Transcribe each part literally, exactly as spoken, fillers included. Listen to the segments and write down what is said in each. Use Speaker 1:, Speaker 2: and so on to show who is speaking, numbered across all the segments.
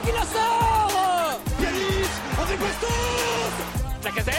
Speaker 1: qui la sort. Yanis, André Bastos, Lacazette.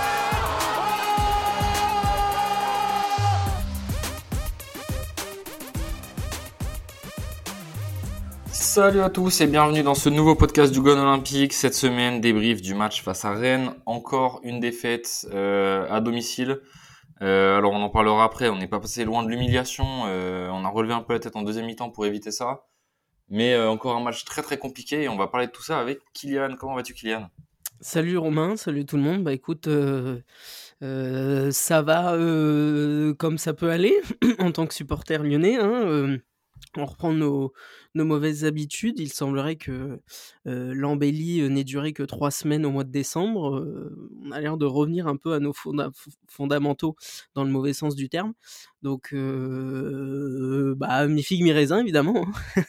Speaker 2: Salut à tous et bienvenue dans ce nouveau podcast du Gone Olympique. Cette semaine, débrief du match face à Rennes. Encore une défaite euh, à domicile. Euh, alors on en parlera après, on n'est pas passé loin de l'humiliation. Euh, on a relevé un peu la tête en deuxième mi-temps pour éviter ça. Mais euh, encore un match très très compliqué et on va parler de tout ça avec Kylian. Comment vas-tu, Kylian ?
Speaker 3: Salut Romain, salut tout le monde. Bah écoute, euh, euh, ça va euh, comme ça peut aller en tant que supporter lyonnais. Hein, euh, on reprend nos, nos mauvaises habitudes. Il semblerait que euh, l'embellie n'ait duré que trois semaines au mois de décembre. Euh, on a l'air de revenir un peu à nos fonda- fondamentaux dans le mauvais sens du terme. Donc, euh, bah, mi figue, mi raisin, évidemment.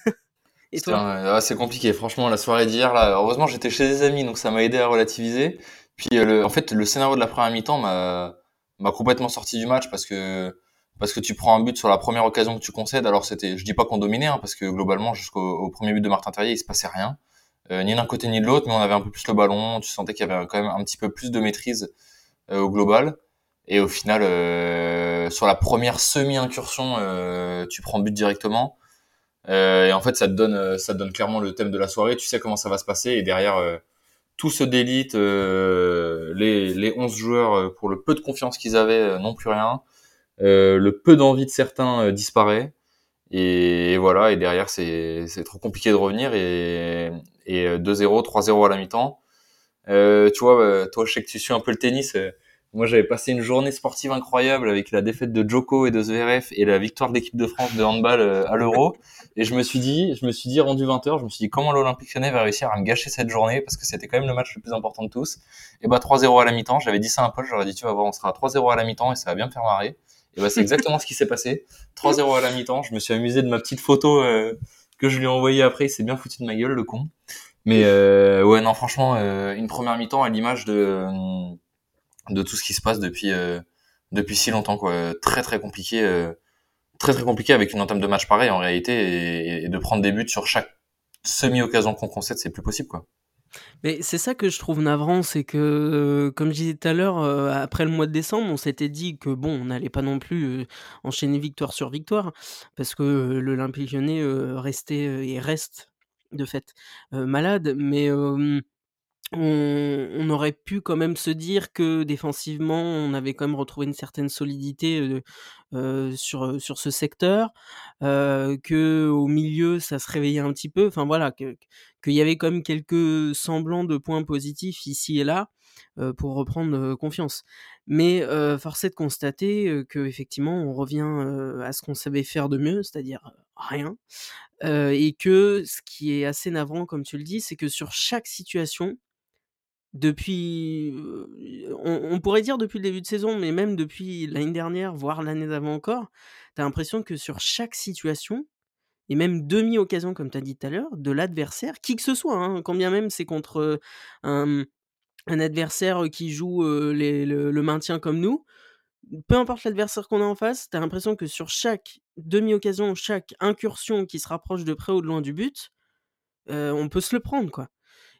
Speaker 3: Et
Speaker 2: C'est,
Speaker 3: toi ?
Speaker 2: un- ah, c'est compliqué, franchement, la soirée d'hier, là, heureusement j'étais chez des amis, donc ça m'a aidé à relativiser. Puis euh, le, en fait, le scénario de la première mi-temps m'a, m'a complètement sorti du match parce que parce que tu prends un but sur la première occasion que tu concèdes. Alors c'était, je dis pas qu'on dominait, hein, parce que globalement jusqu'au au premier but de Martin Terrier, il se passait rien, euh, ni d'un côté ni de l'autre, mais on avait un peu plus le ballon. Tu sentais qu'il y avait quand même un petit peu plus de maîtrise euh, au global. Et au final, euh, sur la première semi-incursion, euh, tu prends but directement. Euh, et en fait, ça te donne, euh, ça te donne clairement le thème de la soirée. Tu sais comment ça va se passer. Et derrière, euh, tout se délite. Euh, les, les onze joueurs, euh, pour le peu de confiance qu'ils avaient, euh, n'ont plus rien. Euh, le peu d'envie de certains euh, disparaît. Et, et voilà. Et derrière, c'est, c'est trop compliqué de revenir. Et, et euh, deux zéro, trois zéro à la mi-temps. Euh, tu vois, euh, toi, je sais que tu suis un peu le tennis. euh, Moi, j'avais passé une journée sportive incroyable avec la défaite de Djoko et de Zverev et la victoire de l'équipe de France de handball euh, à l'Euro. Et je me suis dit, je me suis dit, rendu vingt heures, je me suis dit comment l'Olympique Lyonnais va réussir à me gâcher cette journée parce que c'était quand même le match le plus important de tous. Et bah, trois zéro à la mi-temps. J'avais dit ça à un pote, j'aurais dit, tu vas voir, on sera à trois zéro à la mi-temps et ça va bien me faire marrer. Et bah, c'est exactement ce qui s'est passé. trois zéro à la mi-temps. Je me suis amusé de ma petite photo, euh, que je lui ai envoyée après. Il s'est bien foutu de ma gueule, le con. Mais euh, ouais, non, franchement, euh, une première mi-temps à l'image de de tout ce qui se passe depuis euh, depuis si longtemps, quoi. Très très compliqué, euh, très très compliqué avec une entame de match pareil en réalité, et, et de prendre des buts sur chaque semi-occasion qu'on concède, c'est plus possible, quoi.
Speaker 3: Mais c'est ça que je trouve navrant, c'est que, euh, comme je disais tout à l'heure, euh, après le mois de décembre, on s'était dit que bon, on n'allait pas non plus euh, enchaîner victoire sur victoire, parce que euh, l'Olympique Lyonnais euh, restait euh, et reste de fait euh, malade, mais euh, on, on aurait pu quand même se dire que défensivement, on avait quand même retrouvé une certaine solidité euh, euh, sur, sur ce secteur, euh, que au milieu, ça se réveillait un petit peu. Enfin voilà, que, qu'il y avait quand même quelques semblants de points positifs ici et là euh, pour reprendre euh, confiance. Mais euh, force est de constater euh, que effectivement, on revient euh, à ce qu'on savait faire de mieux, c'est-à-dire euh, rien. Euh, et que ce qui est assez navrant, comme tu le dis, c'est que sur chaque situation, depuis, heu, on on pourrait dire depuis le début de saison, mais même depuis l'année dernière, voire l'année d'avant encore, tu as l'impression que sur chaque situation et même demi-occasion, comme tu as dit tout à l'heure, de l'adversaire, qui que ce soit, hein, quand bien même c'est contre, heu, un, mmh, un adversaire, qui joue, heu, les le le maintien comme nous, peu importe l'adversaire qu'on a en face, tu as l'impression que sur chaque demi-occasion, chaque incursion qui se rapproche de près ou de loin du but, heu, on peut se le prendre, quoi.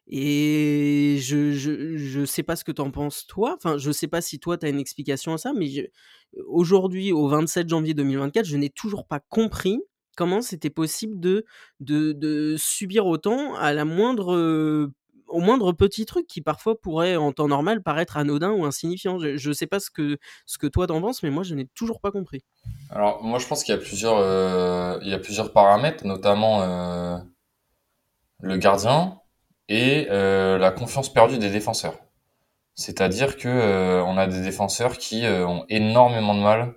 Speaker 3: Et je je je sais pas ce que t'en penses toi, enfin je sais pas si toi t'as une explication à ça, mais je aujourd'hui au vingt-sept janvier deux mille vingt-quatre, je n'ai toujours pas compris comment c'était possible de de de subir autant à la moindre, heu, au moindre petit truc qui parfois pourrait en temps normal paraître anodin ou insignifiant. Je je sais pas ce que ce que toi t'en penses, mais moi je n'ai toujours pas compris.
Speaker 2: Alors moi je pense qu'il y a plusieurs euh, il y a plusieurs paramètres, notamment euh, le gardien et euh, la confiance perdue des défenseurs. C'est-à-dire que euh, on a des défenseurs qui euh, ont énormément de mal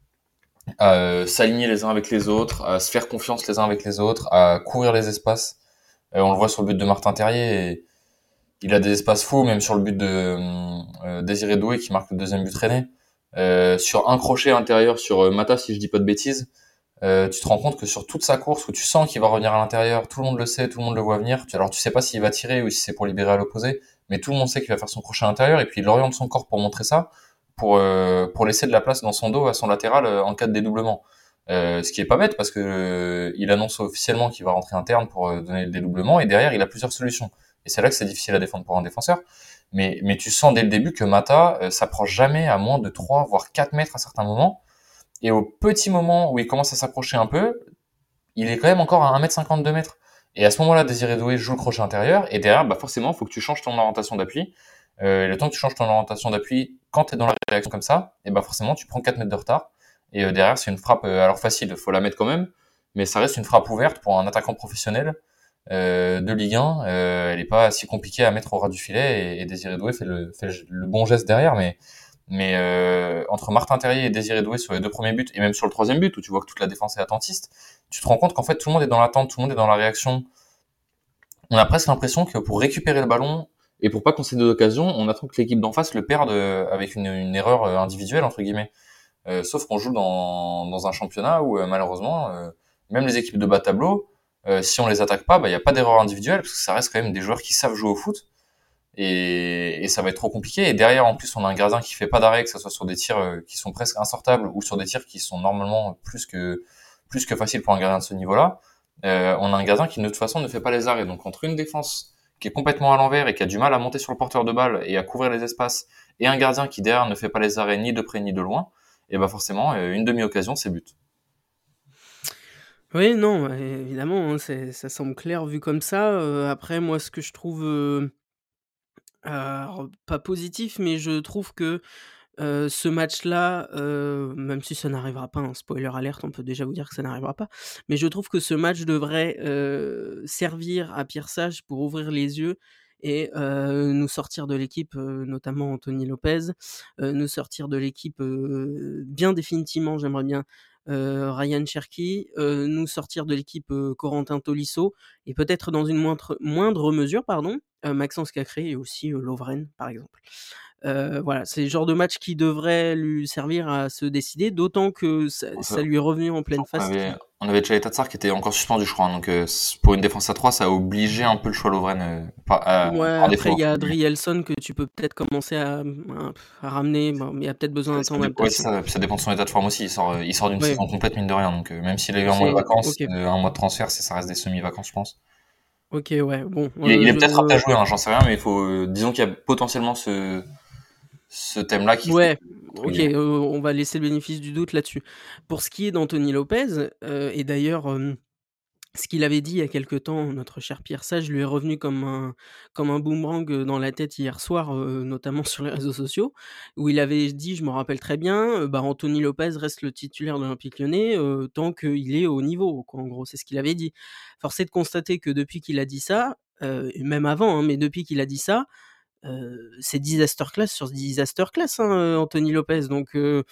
Speaker 2: à euh, s'aligner les uns avec les autres, à se faire confiance les uns avec les autres, à courir les espaces. Euh, on le voit sur le but de Martin Terrier, et il a des espaces fous, même sur le but de euh, Désiré Doué qui marque le deuxième but rennais. Euh, sur un crochet intérieur sur euh, Mata, si je dis pas de bêtises, euh, tu te rends compte que sur toute sa course où tu sens qu'il va revenir à l'intérieur, tout le monde le sait, tout le monde le voit venir. Alors tu sais pas s'il va tirer ou si c'est pour libérer à l'opposé, mais tout le monde sait qu'il va faire son crochet à l'intérieur et puis il oriente son corps pour montrer ça, pour euh, pour laisser de la place dans son dos à son latéral euh, en cas de dédoublement. Euh, ce qui est pas bête parce que euh, il annonce officiellement qu'il va rentrer interne pour euh, donner le dédoublement et derrière il a plusieurs solutions. Et c'est là que c'est difficile à défendre pour un défenseur. Mais, mais tu sens dès le début que Mata euh, s'approche jamais à moins de trois voire quatre mètres à certains moments. Et au petit moment où il commence à s'approcher un peu, il est quand même encore à un mètre cinquante, deux mètres. Et à ce moment-là, Désiré Doué joue le crochet intérieur et derrière, bah forcément, il faut que tu changes ton orientation d'appui. Euh, le temps que tu changes ton orientation d'appui, quand tu es dans la réaction comme ça, et bah forcément, tu prends quatre mètres de retard. Et euh, derrière, c'est une frappe, euh, alors facile, faut la mettre quand même, mais ça reste une frappe ouverte pour un attaquant professionnel euh, de Ligue un. Euh, elle est pas si compliquée à mettre au ras du filet et, et Désiré Doué fait le, fait le bon geste derrière, mais mais euh, entre Martin Terrier et Désiré Doué sur les deux premiers buts, et même sur le troisième but, où tu vois que toute la défense est attentiste, tu te rends compte qu'en fait tout le monde est dans l'attente, tout le monde est dans la réaction. On a presque l'impression que pour récupérer le ballon, et pour pas concéder d'occasion, on attend que l'équipe d'en face le perde avec une, une erreur individuelle, entre guillemets. Euh, sauf qu'on joue dans, dans un championnat où, euh, malheureusement, euh, même les équipes de bas tableau, euh, si on les attaque pas, bah, y a pas d'erreur individuelle, parce que ça reste quand même des joueurs qui savent jouer au foot. Et, et ça va être trop compliqué. Et derrière, en plus, on a un gardien qui fait pas d'arrêt, que ce soit sur des tirs euh, qui sont presque insortables ou sur des tirs qui sont normalement plus que plus que faciles pour un gardien de ce niveau-là. Euh, on a un gardien qui de toute façon ne fait pas les arrêts. Donc entre une défense qui est complètement à l'envers et qui a du mal à monter sur le porteur de balle et à couvrir les espaces, et un gardien qui derrière ne fait pas les arrêts ni de près ni de loin, et ben forcément euh, une demi-occasion c'est but.
Speaker 3: Oui, non, bah, évidemment, hein, c'est ça semble clair vu comme ça. Heu, après moi ce que je trouve, heu, alors pas positif, mais je trouve que, heu, ce match-là, heu, même si ça n'arrivera pas, hein, spoiler alert, on peut déjà vous dire que ça n'arrivera pas, mais je trouve que ce match devrait, heu, servir à Pierre Sage pour ouvrir les yeux et heu, nous sortir de l'équipe, heu, notamment Anthony Lopez, heu, nous sortir de l'équipe, heu, bien définitivement, j'aimerais bien, heu, Ryan Cherki, heu, nous sortir de l'équipe, heu, Corentin Tolisso et peut-être dans une moindre moindre mesure, pardon, heu, Maxence Cacré et aussi, heu, Lovren, par exemple. Heu, voilà, c'est le genre de match qui devrait lui servir à se décider, d'autant que ça ça lui est revenu en pleine
Speaker 2: On
Speaker 3: face
Speaker 2: avait,
Speaker 3: qui
Speaker 2: on avait Chalet Tatsar qui était encore suspendu, je crois. hein, donc euh, pour une défense à trois, ça a obligé un peu le choix Lovren euh, par, euh,
Speaker 3: ouais,
Speaker 2: par
Speaker 3: après
Speaker 2: défaut.
Speaker 3: il y a Adrielson que tu peux peut-être commencer à, mmh, à ramener, bon, mais il y a peut-être besoin d'un
Speaker 2: Ça
Speaker 3: temps
Speaker 2: dé- ouais, c'est
Speaker 3: d'adaptation.
Speaker 2: ça. Puis ça dépend de son état de forme aussi. Il sort, euh, il sort d'une
Speaker 3: Ouais,
Speaker 2: saison complète, mine de rien. Donc euh, même s'il a eu un mois de
Speaker 3: c'est
Speaker 2: vacances,
Speaker 3: OK,
Speaker 2: euh, un mois de transfert, c'est- ça reste des semi-vacances, je pense.
Speaker 3: OK, ouais, bon,
Speaker 2: Il est, il
Speaker 3: heu,
Speaker 2: est peut-être apte à
Speaker 3: je
Speaker 2: jouer, hein, j'en sais rien, mais il faut, euh, disons qu'il y a potentiellement ce, ce thème-là qui fait,
Speaker 3: ouais,
Speaker 2: entre
Speaker 3: OK,
Speaker 2: guillemets.
Speaker 3: heu, on va laisser le bénéfice du doute là-dessus. Pour ce qui est d'Anthony Lopez, heu et d'ailleurs, hem ce qu'il avait dit il y a quelque temps, notre cher Pierre Sage, lui est revenu comme un comme un boomerang, heu, dans la tête hier soir, heu, notamment sur les réseaux sociaux, où il avait dit, je me rappelle très bien, heu, bah, Anthony Lopez reste le titulaire de l'Olympique Lyonnais, heu, tant qu'il est au niveau, quoi, en gros, c'est ce qu'il avait dit. Force est de constater que depuis qu'il a dit ça, heu, et même avant, hein, mais depuis qu'il a dit ça, heu, c'est disaster class sur disaster class, hein, heu, Anthony Lopez, donc heu,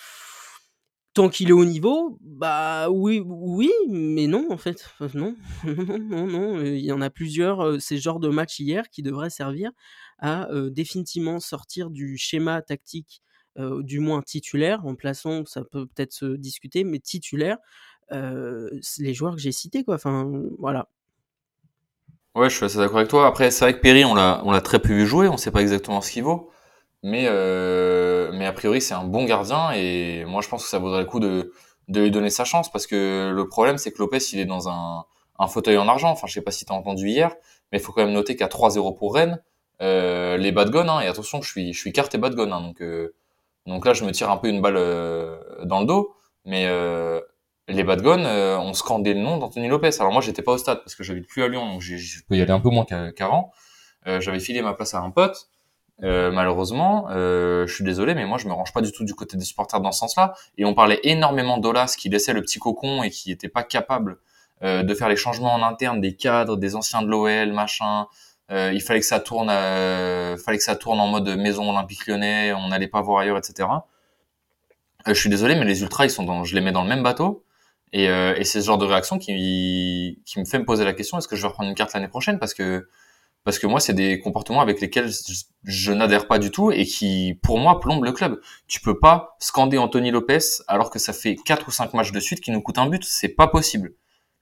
Speaker 3: tant qu'il est au niveau, bah, oui oui, mais non, en fait. Enfin, non, non, non, non, heu, il y en a plusieurs, heu, c'est ce genre de match hier qui devrait servir à, heu, définitivement sortir du schéma tactique, heu, du moins titulaire. Remplaçant, ça peut peut-être se discuter, mais titulaire, heu, c'est les joueurs que j'ai cités, quoi. Enfin, voilà.
Speaker 2: Ouais, je suis assez d'accord avec toi. Après, c'est vrai que Perry, on l'a, on l'a très peu vu jouer. On sait pas exactement ce qu'il vaut. Mais, euh, mais a priori, c'est un bon gardien et moi, je pense que ça vaudrait le coup de, de lui donner sa chance parce que le problème, c'est que Lopez, il est dans un, un fauteuil en argent. Enfin, je sais pas si t'as entendu hier, mais il faut quand même noter qu'à trois zéro pour Rennes, euh, les bas de Gone, hein, et attention, je suis, je suis carte et bas de Gone, hein, donc, euh, donc là, je me tire un peu une balle euh, dans le dos, mais euh, les bas de Gone euh, ont scandé le nom d'Anthony Lopez. Alors moi, j'étais pas au stade parce que j'habite plus à Lyon, donc j'ai- je peux y aller un peu moins qu'a- qu'avant. Euh, j'avais filé ma place à un pote. Euh, malheureusement, euh, je suis désolé, mais moi je me range pas du tout du côté des supporters dans ce sens-là. Et on parlait énormément d'Olas qui laissait le petit cocon et qui était pas capable euh, de faire les changements en interne des cadres, des anciens de l'O L, machin. Euh, il fallait que ça tourne, euh, fallait que ça tourne en mode maison Olympique Lyonnais, on n'allait pas voir ailleurs, et cetera. Euh, je suis désolé, mais les ultras, ils sont dans, je les mets dans le même bateau. Et, euh, et c'est ce genre de réaction qui, qui me fait me poser la question, est-ce que je vais reprendre une carte l'année prochaine? Parce que parce que moi, c'est des comportements avec lesquels je, je n'adhère pas du tout et qui, pour moi, plombent le club. Tu peux pas scander Anthony Lopez alors que ça fait quatre ou cinq matchs de suite qui nous coûtent un but. C'est pas possible.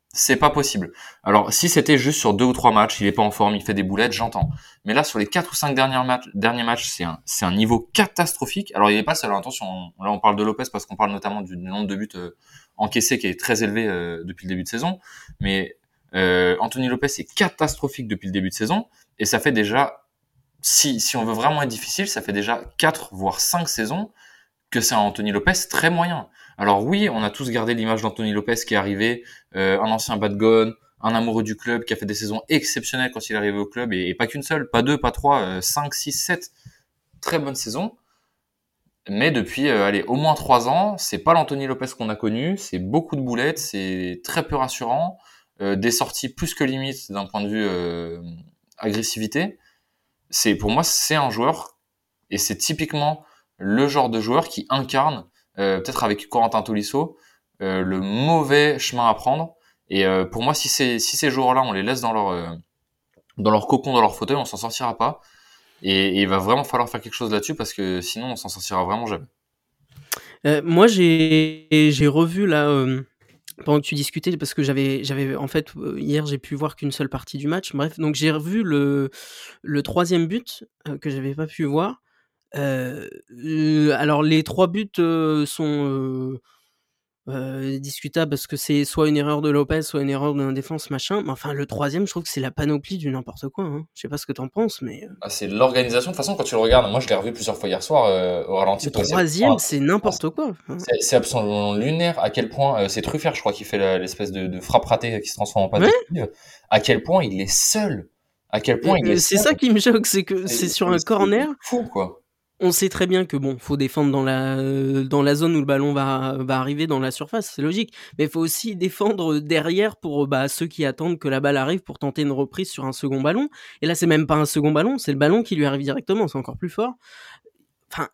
Speaker 2: C'est pas possible. Alors, si c'était juste sur deux ou trois matchs, il est pas en forme, il fait des boulettes, j'entends. Mais là, sur les quatre ou cinq derniers matchs, derniers matchs, c'est un, c'est un niveau catastrophique. Alors, il est pas seul, hein, attention. Là, on parle de Lopez parce qu'on parle notamment du nombre de buts euh, encaissés qui est très élevé euh, depuis le début de saison. Mais euh, Anthony Lopez est catastrophique depuis le début de saison. Et ça fait déjà, si, si on veut vraiment être difficile, ça fait déjà quatre voire cinq saisons que c'est un Anthony Lopez très moyen. Alors oui, on a tous gardé l'image d'Anthony Lopez qui est arrivé, euh, un ancien bad gone, un amoureux du club qui a fait des saisons exceptionnelles quand il est arrivé au club, et, et pas qu'une seule, pas deux, pas trois, euh, cinq, six, sept très bonnes saisons. Mais depuis, euh, allez, au moins trois ans, c'est pas l'Anthony Lopez qu'on a connu, c'est beaucoup de boulettes, c'est très peu rassurant, euh, des sorties plus que limites d'un point de vue euh, agressivité. C'est, pour moi, c'est un joueur, et c'est typiquement le genre de joueur qui incarne, euh, peut-être avec Corentin Tolisso, euh, le mauvais chemin à prendre. Et euh, pour moi, si ces, si ces joueurs-là, on les laisse dans leur, euh, dans leur cocon, dans leur fauteuil, on s'en sortira pas. Et, et il va vraiment falloir faire quelque chose là-dessus parce que sinon, on s'en sortira vraiment jamais.
Speaker 3: Euh, moi, j'ai j'ai revu là, euh, pendant que tu discutais, parce que j'avais, j'avais en fait, euh, hier, j'ai pu voir qu'une seule partie du match. Bref, donc j'ai revu le, le troisième but euh, que j'avais pas pu voir. Euh, euh, alors, les trois buts euh, sont euh, euh, discutables parce que c'est soit une erreur de Lopez, soit une erreur de la défense, machin. Mais enfin, le troisième, je trouve que c'est la panoplie du n'importe quoi. Hein. Je sais pas ce que t'en penses, mais euh,
Speaker 2: Ah, c'est l'organisation. De toute façon, quand tu le regardes, moi je l'ai revu plusieurs fois hier soir euh, au ralenti
Speaker 3: le
Speaker 2: pour essayer de
Speaker 3: troisième,
Speaker 2: comprendre.
Speaker 3: c'est n'importe quoi. Hein.
Speaker 2: C'est c'est absolument lunaire à quel point euh, c'est Truffert, je crois, qui fait la- l'espèce de, de frappe ratée qui se transforme en passe
Speaker 3: Ouais.
Speaker 2: décisive. À quel point il est seul. À quel point
Speaker 3: Et,
Speaker 2: il est
Speaker 3: euh, c'est
Speaker 2: seul.
Speaker 3: ça qui me choque, c'est que
Speaker 2: C'est
Speaker 3: c'est sur
Speaker 2: c'est-
Speaker 3: un
Speaker 2: c'est
Speaker 3: corner.
Speaker 2: fou, quoi.
Speaker 3: On sait très bien que bon, faut défendre dans la euh, dans la zone où le ballon va va arriver dans la surface, c'est logique. Mais il faut aussi défendre derrière pour bah, ceux qui attendent que la balle arrive pour tenter une reprise sur un second ballon. Et là, c'est même pas un second ballon, c'est le ballon qui lui arrive directement, c'est encore plus fort. Enfin,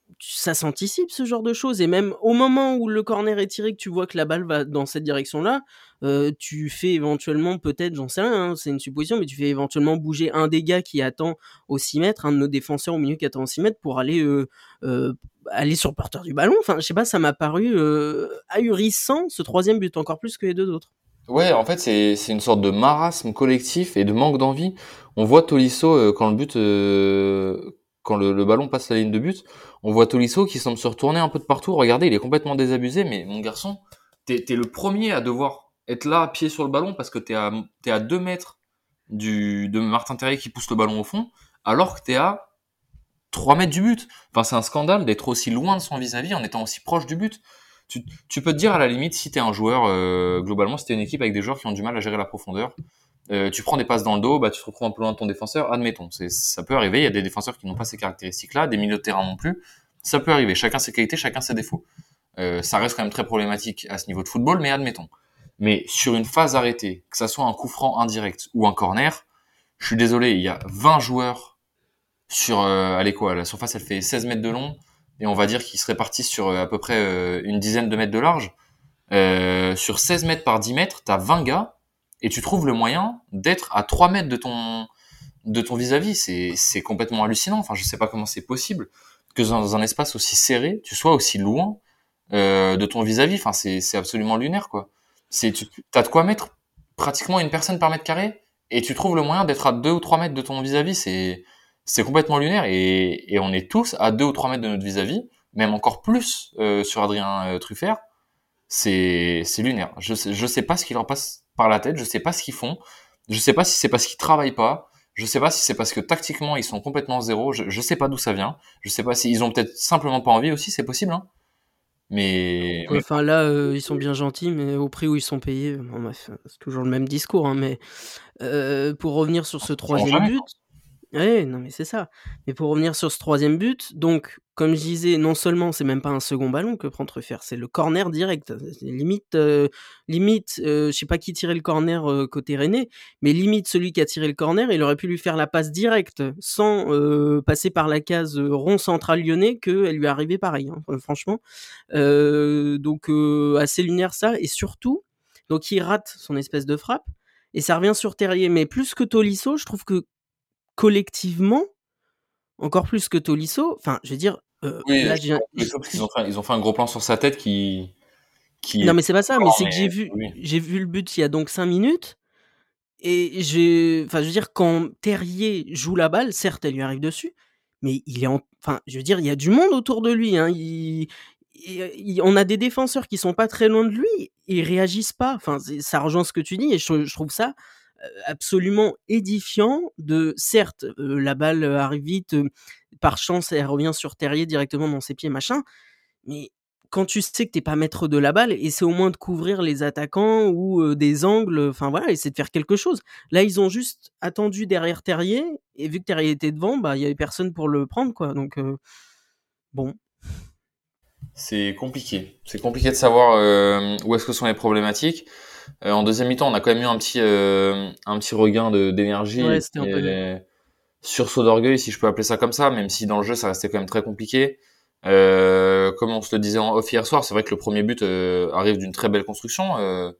Speaker 3: ça s'anticipe ce genre de choses, et même au moment où le corner est tiré, que tu vois que la balle va dans cette direction-là, euh, tu fais éventuellement, peut-être, j'en sais rien, hein, c'est une supposition, mais tu fais éventuellement bouger un des gars qui attend au six mètres, un de nos défenseurs au milieu qui attend au six mètres pour aller euh, euh, aller sur le porteur du ballon. Enfin, je sais pas, ça m'a paru euh, ahurissant ce troisième but, encore plus que les deux autres.
Speaker 2: Ouais, en fait, c'est c'est une sorte de marasme collectif et de manque d'envie. On voit Tolisso euh, quand le but, euh, quand le, le ballon passe la ligne de but, on voit Tolisso qui semble se retourner un peu de partout. Regardez, il est complètement désabusé. Mais mon garçon, t'es t'es le premier à devoir être là, pied sur le ballon, parce que t'es à t'es à deux mètres du de Martin Terrier qui pousse le ballon au fond, alors que t'es à trois mètres du but. Enfin, c'est un scandale d'être aussi loin de son vis-à-vis en étant aussi proche du but. Tu, tu peux te dire à la limite, si t'es un joueur, euh, globalement, si t'es une équipe avec des joueurs qui ont du mal à gérer la profondeur, euh, tu prends des passes dans le dos, bah tu te retrouves un peu loin de ton défenseur, admettons. C'est, ça peut arriver, il y a des défenseurs qui n'ont pas ces caractéristiques-là, des milieux de terrain non plus. Ça peut arriver, chacun ses qualités, chacun ses défauts. Euh, ça reste quand même très problématique à ce niveau de football, mais admettons. Mais sur une phase arrêtée, que ça soit un coup franc indirect ou un corner, je suis désolé, il y a vingt joueurs sur, euh, allez quoi, la surface elle fait seize mètres de long, et on va dire qu'ils se répartissent sur euh, à peu près euh, une dizaine de mètres de large. Euh, sur seize mètres par dix mètres, t'as vingt gars, et tu trouves le moyen d'être à trois mètres de ton, de ton vis-à-vis. C'est, c'est complètement hallucinant. Enfin, je sais pas comment c'est possible que dans un espace aussi serré, tu sois aussi loin euh, de ton vis-à-vis. Enfin, c'est, c'est absolument lunaire, quoi. C'est, tu, t'as de quoi mettre pratiquement une personne par mètre carré, et tu trouves le moyen d'être à deux ou trois mètres de ton vis-à-vis. C'est, c'est complètement lunaire, et, et on est tous à deux ou trois mètres de notre vis-à-vis, même encore plus euh, sur Adrien euh, Truffert. C'est, c'est lunaire. Je sais, je sais pas ce qui leur passe par la tête, je sais pas ce qu'ils font, je sais pas si c'est parce qu'ils travaillent pas, je sais pas si c'est parce que tactiquement ils sont complètement zéro, je, je sais pas d'où ça vient, je sais pas s'ils ont peut-être simplement pas envie aussi, c'est possible, hein. Mais, mais
Speaker 3: Enfin là, euh, ils sont bien gentils, mais au prix où ils sont payés, bon, bref, c'est toujours le même discours. Hein, mais euh, pour revenir sur ce
Speaker 2: ça change
Speaker 3: troisième
Speaker 2: jamais.
Speaker 3: but, ouais, non mais c'est ça. Mais pour revenir sur ce troisième but, donc comme je disais, non seulement c'est même pas un second ballon que prend Truffert, c'est le corner direct. C'est limite, euh, limite, euh, je sais pas qui tirait le corner euh, côté Rennais, mais limite celui qui a tiré le corner, il aurait pu lui faire la passe directe sans euh, passer par la case euh, rond central lyonnais, qu'elle lui est arrivée pareil. Hein, euh, franchement, euh, donc euh, assez lunaire ça, et surtout, donc il rate son espèce de frappe. Et ça revient sur Terrier, mais plus que Tolisso, je trouve que collectivement, encore plus que Tolisso, enfin, je veux dire, euh,
Speaker 2: oui,
Speaker 3: là,
Speaker 2: je
Speaker 3: je viens,
Speaker 2: comprends
Speaker 3: j-
Speaker 2: parce qu'ils ont fait, ils ont fait un gros plan sur sa tête qui, qui
Speaker 3: Non,
Speaker 2: est
Speaker 3: mais c'est pas ça, mais
Speaker 2: fort,
Speaker 3: c'est que j'ai
Speaker 2: mais
Speaker 3: vu
Speaker 2: oui.
Speaker 3: j'ai vu le but il y a donc cinq minutes et j'ai enfin, je veux dire, quand Terrier joue la balle, certes, elle lui arrive dessus, mais il est en enfin, je veux dire, il y a du monde autour de lui, hein. Il il il on a des défenseurs qui sont pas très loin de lui, ils réagissent pas. Enfin, c'est ça rejoint ce que tu dis et je je trouve ça, heu, absolument édifiant de certes, heu, la balle, heu, arrive vite, heu, par chance, elle revient sur Terrier directement dans ses pieds, machin, mais quand tu sais que tu es pas maître de la balle, essaie au moins de couvrir les attaquants ou heu, des angles, enfin voilà, essaie de faire quelque chose. Là, ils ont juste attendu derrière Terrier et vu que Terrier était devant, bah, il y avait personne pour le prendre, quoi, donc heu, bon.
Speaker 2: C'est compliqué. C'est compliqué de savoir euh, où est-ce que sont les problématiques. Euh, en deuxième mi-temps, on a quand même eu un petit, euh, un petit regain de, d'énergie
Speaker 3: Ouais,
Speaker 2: et
Speaker 3: c'était un
Speaker 2: puis,
Speaker 3: peu mieux.
Speaker 2: euh, sursaut d'orgueil, si je peux appeler ça comme ça, même si dans le jeu, ça restait quand même très compliqué. Euh, comme on se le disait en off hier soir, c'est vrai que le premier but euh, arrive d'une très belle construction. Euh,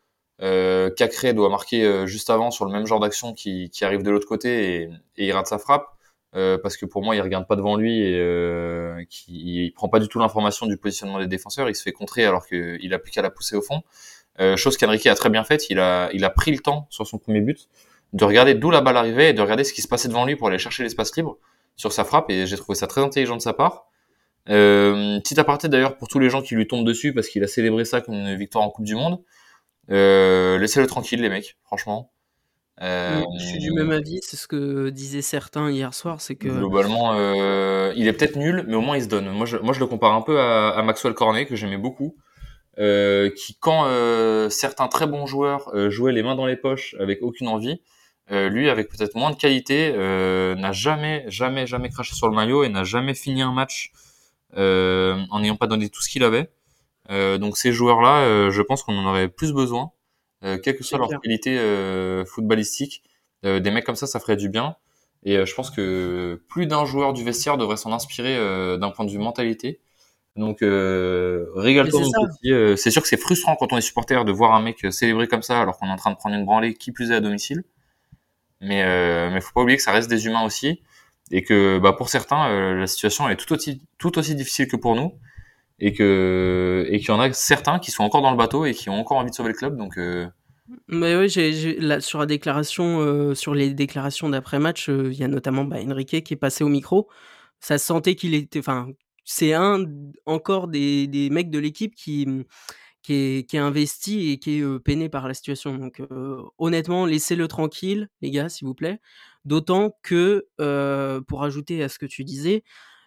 Speaker 2: euh, Cacré doit marquer euh, juste avant sur le même genre d'action qui, qui arrive de l'autre côté et, et il rate sa frappe. Euh, parce que pour moi, il regarde pas devant lui et euh, qui, il prend pas du tout l'information du positionnement des défenseurs. Il se fait contrer alors qu'il a plus qu'à la pousser au fond. Euh, chose qu'Enrique a très bien faite. Il a, il a pris le temps sur son premier but de regarder d'où la balle arrivait et de regarder ce qui se passait devant lui pour aller chercher l'espace libre sur sa frappe. Et j'ai trouvé ça très intelligent de sa part. Euh, petit aparté d'ailleurs pour tous les gens qui lui tombent dessus parce qu'il a célébré ça comme une victoire en Coupe du Monde. Euh, laissez-le tranquille les mecs, franchement. Euh,
Speaker 3: Mmh, je suis du même avis, c'est ce que disaient certains hier soir, c'est que
Speaker 2: Globalement, euh, il est peut-être nul, mais au moins il se donne. Moi, je, moi, je le compare un peu à, à Maxwell Cornet que j'aimais beaucoup, euh, qui quand euh, certains très bons joueurs euh, jouaient les mains dans les poches avec aucune envie, euh, lui avec peut-être moins de qualité, euh, n'a jamais, jamais, jamais craché sur le maillot et n'a jamais fini un match euh, en n'ayant pas donné tout ce qu'il avait. Euh, donc ces joueurs-là, euh, je pense qu'on en aurait plus besoin, euh, quelle que soit
Speaker 3: c'est
Speaker 2: leur
Speaker 3: clair.
Speaker 2: qualité euh, footballistique. Euh, des mecs comme ça, ça ferait du bien. Et euh, je pense que plus d'un joueur du vestiaire devrait s'en inspirer euh, d'un point de vue mentalité. Donc euh,
Speaker 3: Mais
Speaker 2: régale-toi
Speaker 3: c'est
Speaker 2: mon
Speaker 3: ça.
Speaker 2: petit. Euh, c'est sûr que c'est frustrant quand on est supporter de voir un mec célébrer comme ça alors qu'on est en train de prendre une branlée, qui plus est à domicile. Mais euh, mais faut pas oublier que ça reste des humains aussi et que bah pour certains euh, la situation elle est tout aussi tout aussi difficile que pour nous et que et qu'il y en a certains qui sont encore dans le bateau et qui ont encore envie de sauver le club. Donc euh,
Speaker 3: Mais oui, j'ai j'ai là, sur la déclaration, heu, sur les déclarations d'après-match, heu, il y a notamment, bah, Enrique qui est passé au micro. Ça se sentait qu'il était enfin, c'est un d encore des des mecs de l'équipe qui, mmh, qui est qui est investi et qui est, heu, peiné par la situation donc heu, honnêtement, laissez-le tranquille, les gars, s'il vous plaît. D'autant que, heu, pour ajouter à ce que tu disais,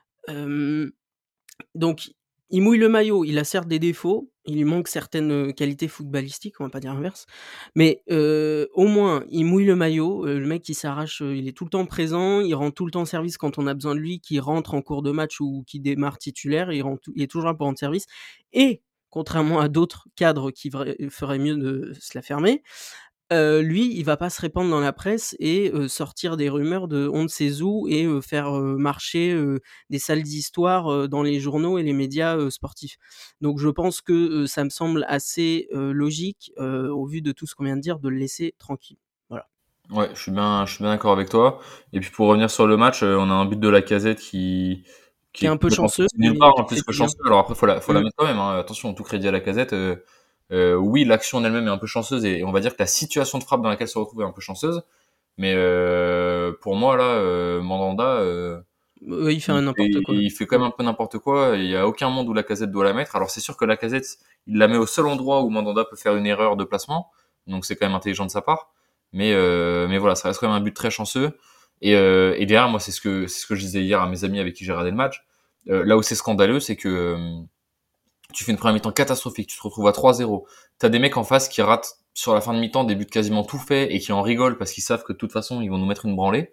Speaker 3: hem donc, il mouille le maillot, il a certes des défauts, il lui manque certaines, heu, qualités footballistiques, on va pas dire l'inverse, mais heu, au moins il mouille le maillot, heu, le mec il s'arrache, heu, il est tout le temps présent, il rend tout le temps service quand on a besoin de lui, qu'il rentre en cours de match ou qu'il démarre titulaire, il rend tou il est toujours là pour rendre service et contrairement à d'autres cadres qui vrais feraient mieux de se la fermer, Heu, lui, il va pas se répandre dans la presse et heu, sortir des rumeurs de on ne sait où et heu, faire, heu, marcher, heu, des sales histoires, heu, dans les journaux et les médias, heu, sportifs. Donc je pense que, heu, ça me semble assez, heu, logique, heu, au vu de tout ce qu'on vient de dire, de le laisser tranquille. Voilà.
Speaker 2: ouais, je suis bien, je suis bien d'accord avec toi. Et puis pour revenir sur le match, euh, on a un but de la Lacazette qui qui
Speaker 3: Qui est
Speaker 2: est
Speaker 3: un peu
Speaker 2: complètement
Speaker 3: chanceux,
Speaker 2: sorti de nulle
Speaker 3: mais
Speaker 2: part,
Speaker 3: qui
Speaker 2: en
Speaker 3: fait
Speaker 2: plus que
Speaker 3: du bien.
Speaker 2: chanceux. Alors après, faut la, faut la
Speaker 3: Mmh.
Speaker 2: mettre quand même. Hein. Attention, tout crédit à la Lacazette. Euh, euh, oui, l'action en elle-même est un peu chanceuse et on va dire que la situation de frappe dans laquelle se retrouve est un peu chanceuse. Mais euh, pour moi là, euh, Mandanda, euh,
Speaker 3: Ouais, il fait
Speaker 2: il
Speaker 3: un
Speaker 2: fait,
Speaker 3: n'importe quoi.
Speaker 2: il fait quand
Speaker 3: Mmh.
Speaker 2: même un peu n'importe quoi. Il y a aucun monde où la Lacazette doit la mettre. Alors c'est sûr que la Lacazette, il la met au seul endroit où Mandanda peut faire une erreur de placement. Donc c'est quand même intelligent de sa part. Mais euh, mais voilà, ça reste quand même un but très chanceux. Et, euh, et derrière, moi, c'est ce que c'est ce que je disais hier à mes amis avec qui j'ai regardé le match. Euh, là où c'est scandaleux, c'est que euh, tu fais une première mi-temps catastrophique, tu te retrouves à trois zéro. T'as des mecs en face qui ratent sur la fin de mi-temps des buts quasiment tout faits et qui en rigolent parce qu'ils savent que de toute façon, ils vont nous mettre une branlée.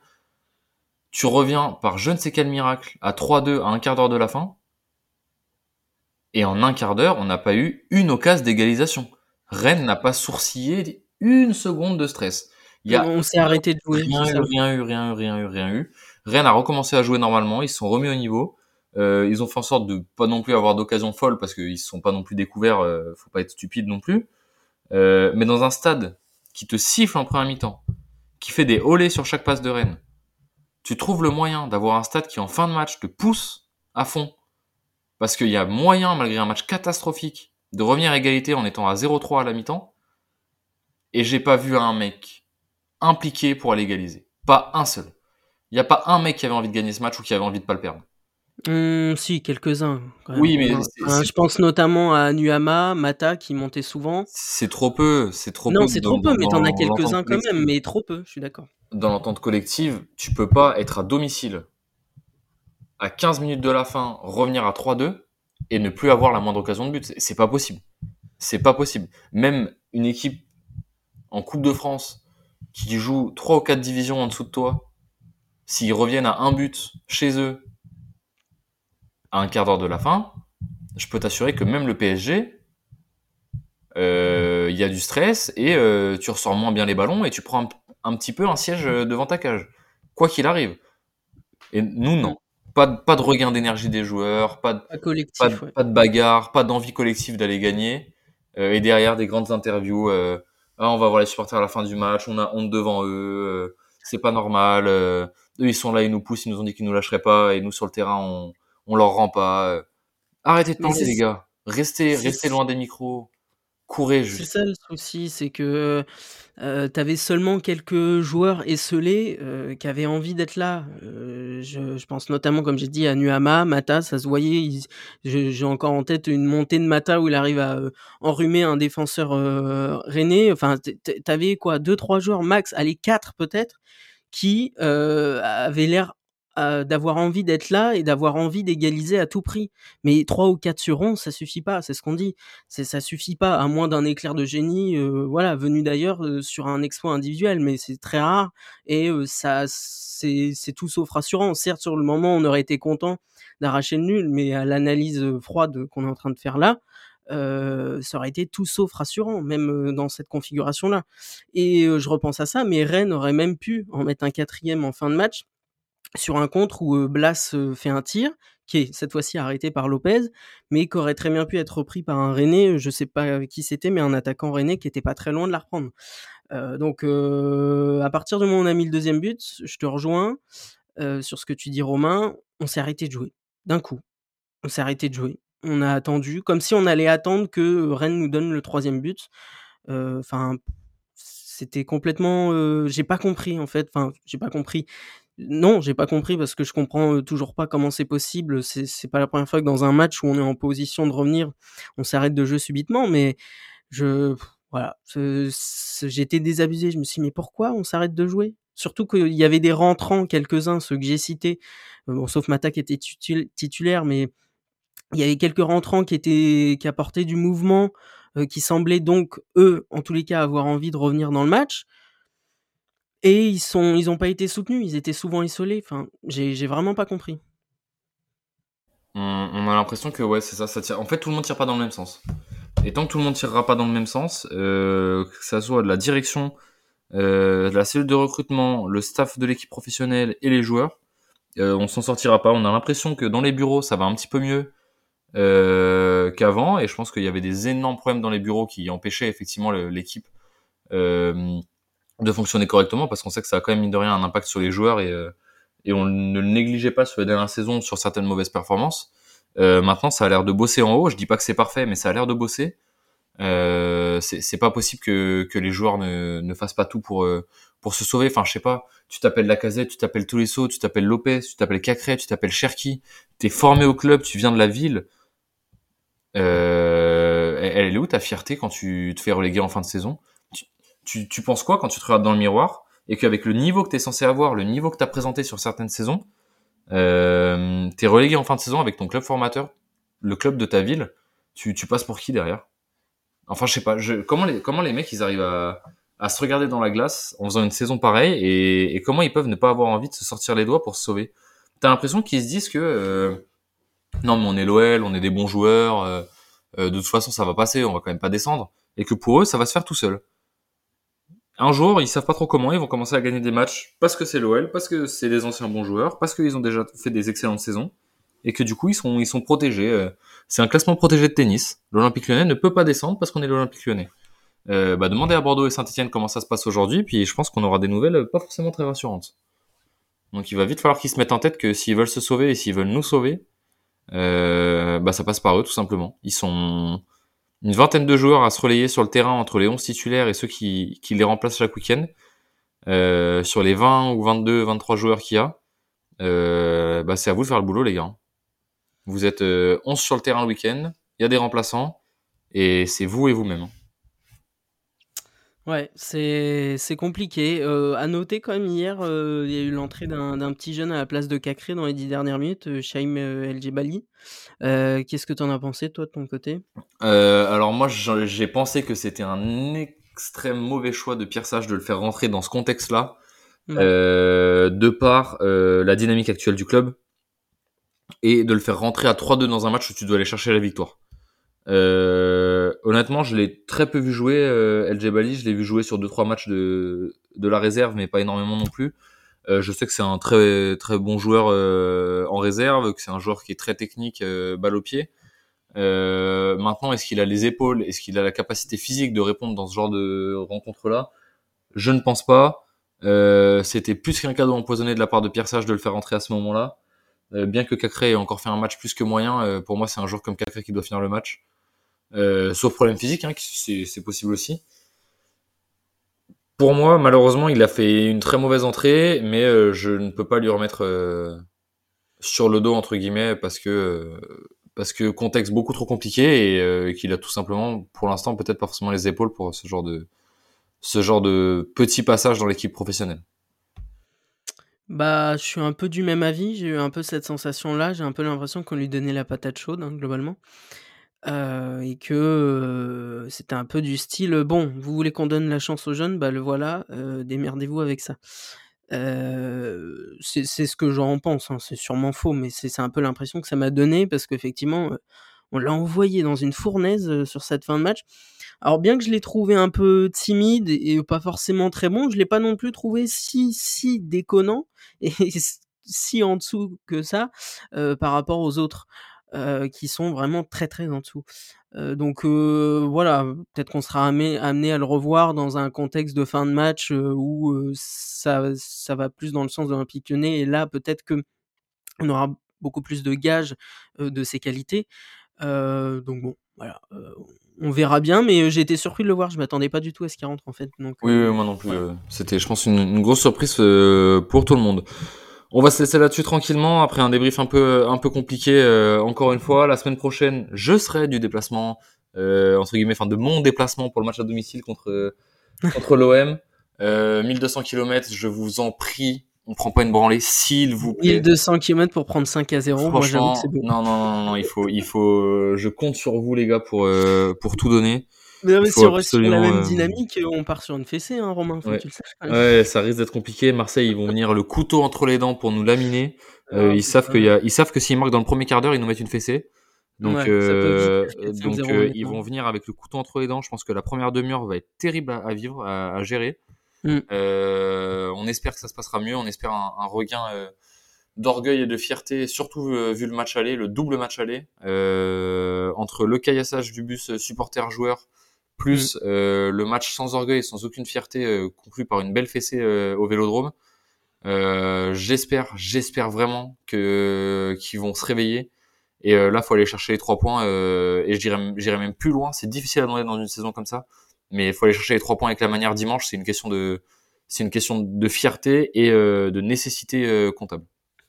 Speaker 2: Tu reviens par je ne sais quel miracle à trois deux à un quart d'heure de la fin. Et en un quart d'heure, on n'a pas eu une occasion d'égalisation. Rennes n'a pas sourcillé une seconde de stress. Il y
Speaker 3: Mmh,
Speaker 2: a
Speaker 3: on s'est arrêté de jouer,
Speaker 2: rien
Speaker 3: c'est
Speaker 2: eu,
Speaker 3: ça.
Speaker 2: rien eu, rien eu, rien eu, rien eu. Rennes a recommencé à jouer normalement, ils se sont remis au niveau. Euh, ils ont fait en sorte de pas non plus avoir d'occasion folle parce qu'ils se sont pas non plus découverts, euh, faut pas être stupide non plus. Euh, mais dans un stade qui te siffle en première mi-temps, qui fait des olés sur chaque passe de Rennes, tu trouves le moyen d'avoir un stade qui en fin de match te pousse à fond parce qu'il y a moyen, malgré un match catastrophique, de revenir à égalité en étant à zéro trois à la mi-temps, et j'ai pas vu un mec impliqué pour aller égaliser. Pas un seul. Il y a pas un mec qui avait envie de gagner ce match ou qui avait envie de pas le perdre.
Speaker 3: Mmh, si, quelques-uns quand même.
Speaker 2: Oui, mais
Speaker 3: Enfin,
Speaker 2: c'est,
Speaker 3: enfin,
Speaker 2: c'est,
Speaker 3: je pense notamment à Nuama, Mata qui montaient souvent.
Speaker 2: c'est trop peu, c'est trop
Speaker 3: Non,
Speaker 2: peu
Speaker 3: c'est
Speaker 2: dans,
Speaker 3: trop peu,
Speaker 2: dans,
Speaker 3: mais t'en as
Speaker 2: dans l'entente
Speaker 3: quelques-uns quand même,
Speaker 2: collective.
Speaker 3: mais trop peu, je suis d'accord.
Speaker 2: Dans l'entente collective, tu peux pas être à domicile à quinze minutes de la fin, revenir à trois deux et ne plus avoir la moindre occasion de but. C'est, c'est pas possible. C'est pas possible. Même une équipe en Coupe de France qui joue trois ou quatre divisions en dessous de toi, s'ils reviennent à un but chez eux à un quart d'heure de la fin, je peux t'assurer que même le P S G, il euh, y a du stress et euh, tu ressors moins bien les ballons et tu prends un, un petit peu un siège devant ta cage, quoi qu'il arrive. Et nous,
Speaker 3: Mmh.
Speaker 2: non. Pas de, pas de regain d'énergie des joueurs, pas de,
Speaker 3: Pas
Speaker 2: pas de,
Speaker 3: collectif, ouais.
Speaker 2: pas de bagarre, pas d'envie collective d'aller gagner. Euh, et derrière, des grandes interviews. Euh, ah, on va voir les supporters à la fin du match, on a honte devant eux, euh, c'est pas normal. Euh, eux, ils sont là, ils nous poussent, ils nous ont dit qu'ils nous lâcheraient pas, et nous, sur le terrain, on, on leur rend pas. Euh, Arrêtez de
Speaker 3: Mais
Speaker 2: parler,
Speaker 3: c'est
Speaker 2: les gars. Restez,
Speaker 3: c'est
Speaker 2: restez loin des micros. Courez
Speaker 3: c'est
Speaker 2: juste.
Speaker 3: ça le souci, c'est que, heu, tu avais seulement quelques joueurs esseulés, heu, qui avaient envie d'être là. Heu, je je pense notamment, comme j'ai dit, à Nuama, Mata, ça se voyait, ils je j'ai encore en tête une montée de Mata où il arrive à, heu, enrhumer un défenseur, heu, rennais. Enfin, tu tu tu avais quoi? deux trois joueurs max, allez quatre peut-être, qui, heu, avaient l'air, heu, d'avoir envie d'être là et d'avoir envie d'égaliser à tout prix. Mais trois ou quatre sur onze, ça suffit pas, c'est ce qu'on dit. C'est ça suffit pas, à moins d'un éclair de génie, heu, voilà, venu d'ailleurs, heu, sur un exploit individuel, mais c'est très rare et heu, ça c'est c'est tout sauf rassurant. Certes, sur le moment, on aurait été content d'arracher le nul, mais à l'analyse, heu, froide qu'on est en train de faire là, heu, ça aurait été tout sauf rassurant, même, heu, dans cette configuration-là et heu, je repense à ça, mais Rennes aurait même pu en mettre un quatrième en fin de match sur un contre où, heu, Blas, heu, fait un tir, qui est cette fois-ci arrêté par Lopez, mais qui aurait très bien pu être repris par un Rennais, je sais pas qui c'était, mais un attaquant rennais qui était pas très loin de la reprendre. Heu, donc heu, à partir du moment où on a mis le deuxième but, je te rejoins, heu, sur ce que tu dis Romain, on s'est arrêté de jouer, d'un coup. On s'est arrêté de jouer. On a attendu, comme si on allait attendre que Rennes nous donne le troisième but. Heu, enfin, c'était complètement, heu, j'ai pas compris en fait, enfin, j'ai pas compris. Non, j'ai pas compris parce que je comprends, heu, toujours pas comment c'est possible. C'est c'est pas la première fois que dans un match où on est en position de revenir, on s'arrête de jouer subitement, mais je voilà, ce ce j'étais désabusé. Je me suis dit: «Mais pourquoi on s'arrête de jouer?» Surtout qu'il y avait des rentrants, quelques-uns, ceux que j'ai cités, heu, bon sauf Mata qui était tutul titulaire, mais il y avait quelques rentrants qui étaient qui apportaient du mouvement, heu, qui semblaient donc, eux, en tous les cas, avoir envie de revenir dans le match et ils sont ils ont pas été soutenus, ils étaient souvent isolés. Enfin, j'ai j'ai vraiment pas compris.
Speaker 2: On, on a l'impression que, ouais, c'est ça, ça tire. En fait, tout le monde tire pas dans le même sens. Et tant que tout le monde tirera pas dans le même sens, euh, que ça soit de la direction, euh, de la cellule de recrutement, le staff de l'équipe professionnelle et les joueurs, euh, on s'en sortira pas. On a l'impression que dans les bureaux, ça va un petit peu mieux euh, qu'avant, et je pense qu'il y avait des énormes problèmes dans les bureaux qui empêchaient effectivement le- l'équipe euh, de fonctionner correctement, parce qu'on sait que ça a quand même mine de rien un impact sur les joueurs et, euh, et on ne le négligeait pas sur les dernières saisons sur certaines mauvaises performances. Euh, maintenant, ça a l'air de bosser en haut. Je dis pas que c'est parfait, mais ça a l'air de bosser. Euh, c'est c'est pas possible que, que les joueurs ne, ne fassent pas tout pour euh, pour se sauver. Enfin, je sais pas. Tu t'appelles Lacazette, tu t'appelles Tolisso, tu t'appelles Lopez, tu t'appelles Cacré, tu t'appelles Cherki. T'es formé au club, tu viens de la ville. Euh, elle, elle est où ta fierté quand tu te fais reléguer en fin de saison? tu, tu, tu penses quoi quand tu te regardes dans le miroir et qu'avec le niveau que t'es censé avoir, le niveau que t'as présenté sur certaines saisons, euh, t'es relégué en fin de saison avec ton club formateur, le club de ta ville. Tu, tu passes pour qui derrière? Enfin, je sais pas. Je, comment les comment les mecs ils arrivent à, à se regarder dans la glace en faisant une saison pareille et, et comment ils peuvent ne pas avoir envie de se sortir les doigts pour se sauver? T'as l'impression qu'ils se disent que euh, non mais on est l'O L, on est des bons joueurs, euh, euh, de toute façon ça va passer, on va quand même pas descendre, et que pour eux ça va se faire tout seul. Un jour ils savent pas trop comment, ils vont commencer à gagner des matchs parce que c'est l'O L, parce que c'est des anciens bons joueurs, parce qu'ils ont déjà fait des excellentes saisons et que du coup ils sont ils sont protégés. euh. C'est un classement protégé de tennis. L'Olympique Lyonnais ne peut pas descendre parce qu'on est l'Olympique Lyonnais. Euh, bah, demandez à Bordeaux et Saint-Etienne comment ça se passe aujourd'hui, puis je pense qu'on aura des nouvelles euh, pas forcément très rassurantes. Donc il va vite falloir qu'ils se mettent en tête que s'ils veulent se sauver et s'ils veulent nous sauver, euh, bah ça passe par eux tout simplement. Ils sont, une vingtaine de joueurs à se relayer sur le terrain entre les onze titulaires et ceux qui, qui les remplacent chaque week-end. Euh, sur les vingt ou vingt-deux, vingt-trois joueurs qu'il y a, euh, bah, c'est à vous de faire le boulot, les gars. Vous êtes euh, onze sur le terrain le week-end, il y a des remplaçants, et c'est vous et vous-même.
Speaker 3: Ouais, c'est c'est compliqué. Euh, à noter quand même, hier, euh, il y a eu l'entrée d'un d'un petit jeune à la place de Cacré dans les dix dernières minutes, euh, Chaim euh, El Djebali. Euh, Qu'est-ce que t'en as pensé, toi, de ton côté?
Speaker 2: Euh, alors moi, j'en- j'ai pensé que c'était un extrême mauvais choix de Pierre Sage de le faire rentrer dans ce contexte-là,
Speaker 3: Ouais.
Speaker 2: euh, de par euh, la dynamique actuelle du club, et de le faire rentrer à trois deux dans un match où tu dois aller chercher la victoire. Euh, honnêtement, je l'ai très peu vu jouer, euh, El Djebali. Je l'ai vu jouer sur deux trois matchs de, de la réserve, mais pas énormément non plus. Euh, je sais que c'est un très très bon joueur euh, en réserve, que c'est un joueur qui est très technique, euh, balle au pied. Euh, maintenant, est-ce qu'il a les épaules, est-ce qu'il a la capacité physique de répondre dans ce genre de rencontre-là? Je ne pense pas. Euh, c'était plus qu'un cadeau empoisonné de la part de Pierre Sage de le faire rentrer à ce moment-là. Euh, bien que Cacré ait encore fait un match plus que moyen, euh, pour moi c'est un joueur comme Cacré qui doit finir le match. Euh, sauf problème physique, hein, c'est, c'est possible aussi. Pour moi, malheureusement, il a fait une très mauvaise entrée, mais euh, je ne peux pas lui remettre euh, sur le dos entre guillemets parce que euh, parce que contexte beaucoup trop compliqué et euh, qu'il a tout simplement, pour l'instant, peut-être pas forcément les épaules pour ce genre de ce genre de petit passage dans l'équipe professionnelle.
Speaker 3: Bah, je suis un peu du même avis. J'ai eu un peu cette sensation-là. J'ai un peu l'impression qu'on lui donnait la patate chaude, hein, globalement. Heu et que, heu, c'était un peu du style, heu: «Bon, vous voulez qu'on donne la chance aux jeunes? Bah, le voilà, heu, démerdez-vous avec ça». Heu, c'est c'est ce que j'en pense, hein, c'est sûrement faux, mais c'est c'est un peu l'impression que ça m'a donné parce qu'effectivement, heu, on l'a envoyé dans une fournaise, heu, sur cette fin de match. Alors bien que je l'ai trouvé un peu timide et et pas forcément très bon, je l'ai pas non plus trouvé si si déconnant et s si en dessous que ça, heu, par rapport aux autres, heu, qui sont vraiment très, très en dessous. Heu, donc heu, voilà, peut-être qu'on sera amé amené à le revoir dans un contexte de fin de match, heu, où, heu, ça ça va plus dans le sens de l'Olympique Lyonnais et là, peut-être qu'on aura beaucoup plus de gages, heu, de ses qualités. Heu, donc bon, voilà, heu, on verra bien, mais heu, j'ai été surpris de le voir. Je m'attendais pas du tout à ce qu'il rentre, en fait, donc
Speaker 2: Oui, oui,
Speaker 3: heu,
Speaker 2: moi non plus.
Speaker 3: voilà.
Speaker 2: euh, C'était, je pense, une, une grosse surprise euh, pour tout le monde. On va se laisser là-dessus tranquillement après un débrief un peu un peu compliqué. Euh, encore une fois, la semaine prochaine, je serai du déplacement euh, entre guillemets, enfin de mon déplacement pour le match à domicile contre contre l'O M. Euh, mille deux cents kilomètres, je vous en prie, on prend pas une branlée, s'il vous
Speaker 3: mille
Speaker 2: plaît.
Speaker 3: deux cents kilomètres pour prendre cinq à zéro, moi j'avoue que c'est
Speaker 2: Franchement,
Speaker 3: beau.
Speaker 2: non, non, non, non, il faut, il faut, euh, je compte sur vous les gars pour euh, pour tout donner.
Speaker 3: Mais non,
Speaker 2: Il
Speaker 3: mais
Speaker 2: faut
Speaker 3: si on reste sur la
Speaker 2: absolument.
Speaker 3: même
Speaker 2: euh,
Speaker 3: dynamique, heu, on part sur une fessée, hein, Romain, faut que
Speaker 2: Ouais.
Speaker 3: tu le saches quand même.
Speaker 2: Ouais, ça risque d'être compliqué. Marseille, ils vont venir le couteau entre les dents pour nous laminer. Euh,
Speaker 3: Ah
Speaker 2: ils savent qu'il y
Speaker 3: putain,
Speaker 2: a, ils savent que s'ils marquent dans le premier quart d'heure, ils nous mettent une fessée. Donc,
Speaker 3: ouais, ça peut vite
Speaker 2: euh,
Speaker 3: faire quatre cinq
Speaker 2: donc
Speaker 3: zéro
Speaker 2: euh, ils
Speaker 3: honnêtement.
Speaker 2: vont venir avec le couteau entre les dents. Je pense que la première demi-heure va être terrible à, à vivre, à, à gérer.
Speaker 3: Mmh.
Speaker 2: Euh, on espère que ça se passera mieux. On espère un, un regain euh, d'orgueil et de fierté, surtout euh, vu le match aller, le double match aller, euh, entre le caillassage du bus supporter-joueur,
Speaker 3: Mmh.
Speaker 2: plus euh, le match sans orgueil et sans aucune fierté, euh, conclu par une belle fessée euh, au Vélodrome. Euh, j'espère, j'espère vraiment que qu'ils vont se réveiller. Et euh, là, faut aller chercher les trois points. Euh, et je dirais, j'irais même plus loin. C'est difficile à demander dans une saison comme ça, mais il faut aller chercher les trois points avec la manière dimanche. C'est une question de, c'est une question de fierté et euh, de nécessité euh, comptable.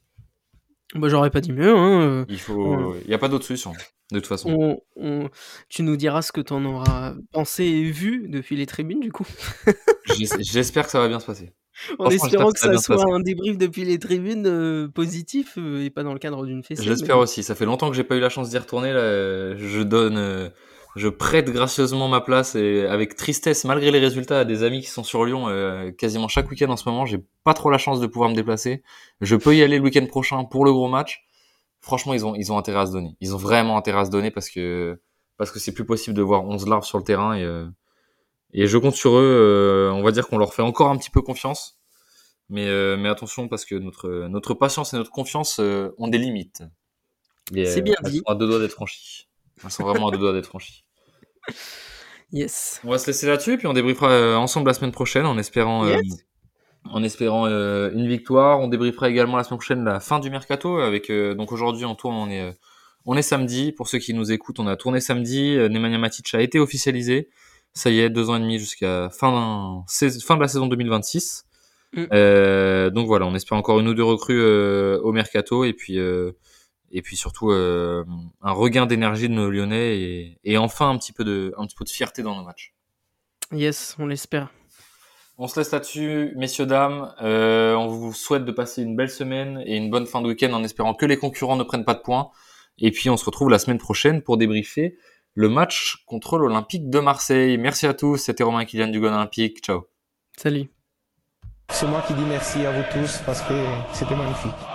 Speaker 3: Bah, j'aurais pas dit mieux, hein, heu,
Speaker 2: Il
Speaker 3: on
Speaker 2: faut, il y a pas d'autre solution de toute façon.
Speaker 3: on on tu nous diras ce que tu en auras pensé et vu depuis les tribunes, du coup,
Speaker 2: J'es- J'espère que ça va bien se passer.
Speaker 3: en
Speaker 2: Franchement, j'espère
Speaker 3: espérant
Speaker 2: que
Speaker 3: que
Speaker 2: ça va
Speaker 3: ça
Speaker 2: bien se
Speaker 3: soit
Speaker 2: passer.
Speaker 3: un débrief depuis les tribunes, heu, positif, heu, et pas dans le cadre d'une fessée, mais
Speaker 2: J'espère
Speaker 3: bon.
Speaker 2: aussi. Ça fait longtemps que j'ai pas eu la chance d'y retourner. Là, Euh, je donne, euh, je prête gracieusement ma place et avec tristesse, malgré les résultats, à des amis qui sont sur Lyon euh, quasiment chaque week-end en ce moment. J'ai pas trop la chance de pouvoir me déplacer. Je peux y aller le week-end prochain pour le gros match. Franchement, ils ont, ils ont intérêt à se donner. Ils ont vraiment intérêt à se donner parce que parce que c'est plus possible de voir onze larves sur le terrain et euh, et je compte sur eux. Euh, on va dire qu'on leur fait encore un petit peu confiance. Mais, euh, mais attention parce que notre, notre patience et notre confiance euh, ont des limites. Et
Speaker 3: C'est
Speaker 2: euh,
Speaker 3: bien
Speaker 2: elles
Speaker 3: dit.
Speaker 2: sont à deux doigts d'être franchies. Elles sont vraiment à deux doigts d'être franchies.
Speaker 3: Yes.
Speaker 2: On va se laisser là-dessus, puis on débriefera euh, ensemble la semaine prochaine en espérant, euh,
Speaker 3: Yes.
Speaker 2: en espérant euh, une victoire. On débriefera également la semaine prochaine la fin du mercato. Avec, euh, donc aujourd'hui, en tourne, on est euh, On est samedi, pour ceux qui nous écoutent, on a tourné samedi, euh, Nemanja Matic a été officialisé. Ça y est, deux ans et demi jusqu'à fin, d'un, fin de la saison deux mille vingt-six. Mm. Euh, donc voilà, on espère encore une ou deux recrues euh, au mercato et puis euh, et puis surtout euh, un regain d'énergie de nos Lyonnais et, et enfin un petit peu de un petit peu de fierté dans nos matchs.
Speaker 3: Yes, on l'espère.
Speaker 2: On se laisse là-dessus, messieurs, dames. Euh, on vous souhaite de passer une belle semaine et une bonne fin de week-end en espérant que les concurrents ne prennent pas de points. Et puis on se retrouve la semaine prochaine pour débriefer le match contre l'Olympique de Marseille. Merci à tous, c'était Romain Kylian du Gone Olympique. Ciao.
Speaker 3: Salut.
Speaker 4: C'est moi qui dis merci à vous tous parce que c'était magnifique.